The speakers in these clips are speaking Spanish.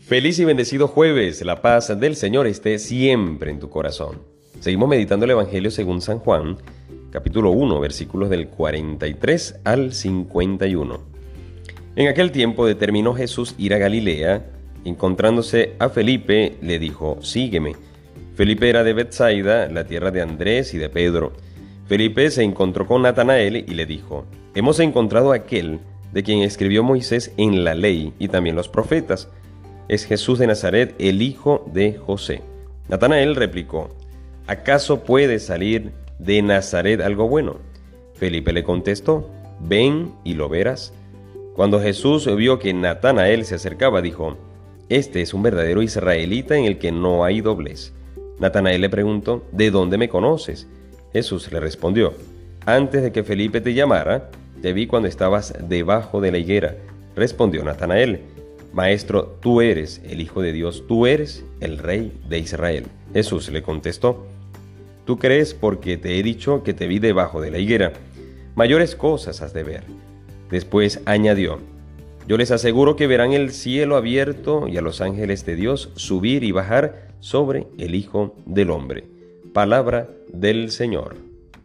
Feliz y bendecido jueves. La paz del Señor esté siempre en tu corazón. Seguimos meditando el Evangelio según San Juan, capítulo 1, versículos del 43 al 51. En aquel tiempo determinó Jesús ir a Galilea. Encontrándose a Felipe, le dijo: sígueme. Felipe era de Betsaida, la tierra de Andrés y de Pedro. Felipe se encontró con Natanael y le dijo: hemos encontrado a aquel de quien escribió Moisés en la ley y también los profetas. Es Jesús de Nazaret, el hijo de José. Natanael replicó: ¿acaso puede salir de Nazaret algo bueno? Felipe le contestó: ven y lo verás. Cuando Jesús vio que Natanael se acercaba, dijo: este es un verdadero israelita en el que no hay doblez. Natanael le preguntó: ¿de dónde me conoces? Jesús le respondió: antes de que Felipe te llamara, te vi cuando estabas debajo de la higuera. Respondió Natanael: Maestro, tú eres el Hijo de Dios, tú eres el Rey de Israel. Jesús le contestó: tú crees porque te he dicho que te vi debajo de la higuera. Mayores cosas has de ver. Después añadió: yo les aseguro que verán el cielo abierto y a los ángeles de Dios subir y bajar sobre el Hijo del Hombre. Palabra del Señor.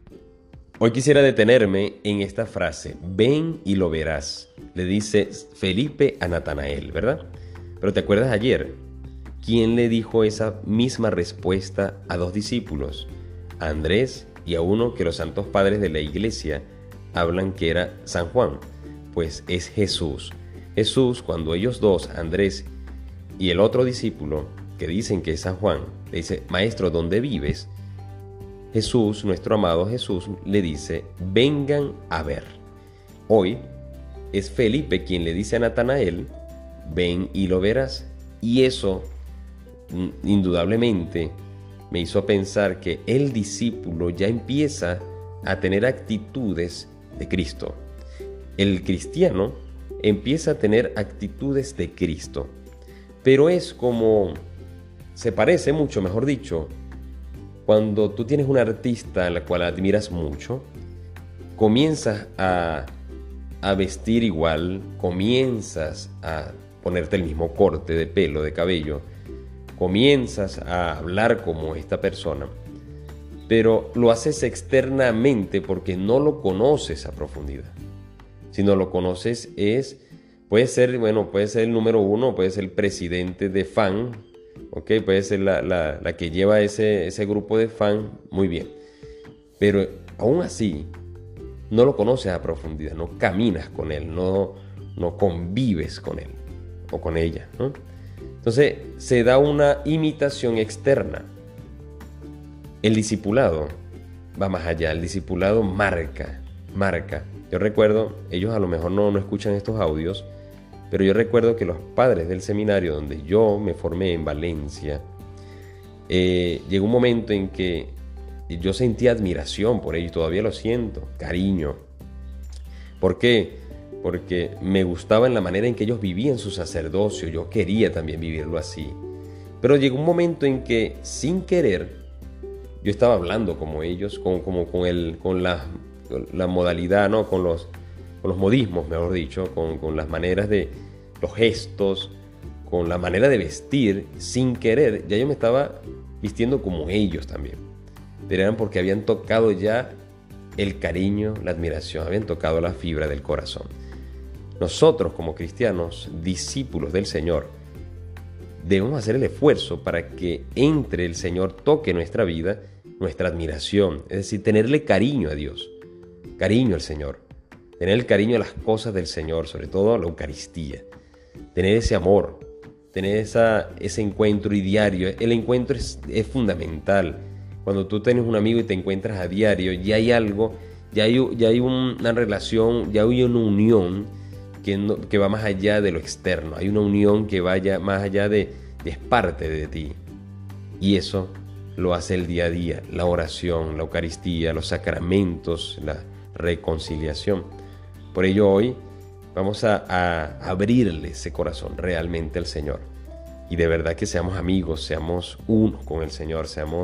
Hoy quisiera detenerme en esta frase: ven y lo verás. Le dice Felipe a Natanael, ¿verdad? Pero ¿te acuerdas ayer? ¿Quién le dijo esa misma respuesta a dos discípulos? A Andrés y a uno que los santos padres de la iglesia hablan que era San Juan. Pues es Jesús. Jesús, cuando ellos dos, Andrés y el otro discípulo, que dicen que es San Juan, le dice: Maestro, ¿dónde vives? Jesús, nuestro amado Jesús, le dice: vengan a ver. Hoy es Felipe quien le dice a Natanael: ven y lo verás. Y eso, indudablemente, me hizo pensar que el discípulo ya empieza a tener actitudes de Cristo. El cristiano empieza a tener actitudes de Cristo. Pero es como, se parece mucho, mejor dicho, cuando tú tienes un artista a la cual admiras mucho, comienzas a vestir igual, comienzas a ponerte el mismo corte de pelo, de cabello, comienzas a hablar como esta persona, pero lo haces externamente porque no lo conoces a profundidad. Si no lo conoces puede ser el número uno, puede ser el presidente de fan, ¿ok? Puede ser la que lleva ese grupo de fan, muy bien. Pero aún así, no lo conoces a profundidad, no caminas con él, no convives con él o con ella, ¿no? Entonces se da una imitación externa. El discipulado va más allá, el discipulado marca. Yo recuerdo, ellos a lo mejor no escuchan estos audios, pero yo recuerdo que los padres del seminario donde yo me formé en Valencia, llegó un momento en que yo sentí admiración por ellos, todavía lo siento, cariño. ¿Por qué? Porque me gustaba en la manera en que ellos vivían su sacerdocio, yo quería también vivirlo así. Pero llegó un momento en que, sin querer, yo estaba hablando como ellos, con la modalidad, ¿no? Con los modismos, mejor dicho, con las maneras de los gestos, con la manera de vestir, sin querer, ya yo me estaba vistiendo como ellos también. Pero eran porque habían tocado ya el cariño, la admiración, habían tocado la fibra del corazón. Nosotros, como cristianos, discípulos del Señor, debemos hacer el esfuerzo para que entre el Señor, toque nuestra vida, nuestra admiración, es decir, tenerle cariño a Dios, cariño al Señor, tener el cariño a las cosas del Señor, sobre todo a la Eucaristía, tener ese amor, tener ese encuentro y diario. El encuentro es fundamental. Cuando tú tienes un amigo y te encuentras a diario, ya hay algo, ya hay una relación, ya hay una unión que va más allá de lo externo. Hay una unión que vaya más allá es parte de ti. Y eso lo hace el día a día, la oración, la Eucaristía, los sacramentos, la reconciliación. Por ello hoy vamos a abrirle ese corazón realmente al Señor. Y de verdad que seamos amigos, seamos uno con el Señor,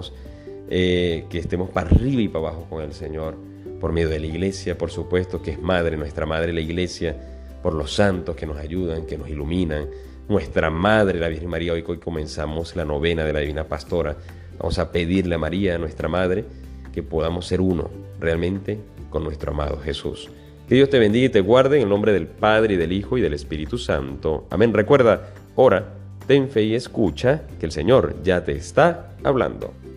que estemos para arriba y para abajo con el Señor, por medio de la iglesia, por supuesto, que es madre, nuestra madre la iglesia, por los santos que nos ayudan, que nos iluminan, nuestra Madre, la Virgen María. Hoy comenzamos la novena de la Divina Pastora. Vamos a pedirle a María, nuestra Madre, que podamos ser uno realmente con nuestro amado Jesús. Que Dios te bendiga y te guarde en el nombre del Padre, y del Hijo, y del Espíritu Santo. Amén. Recuerda, ora, ten fe y escucha, que el Señor ya te está hablando.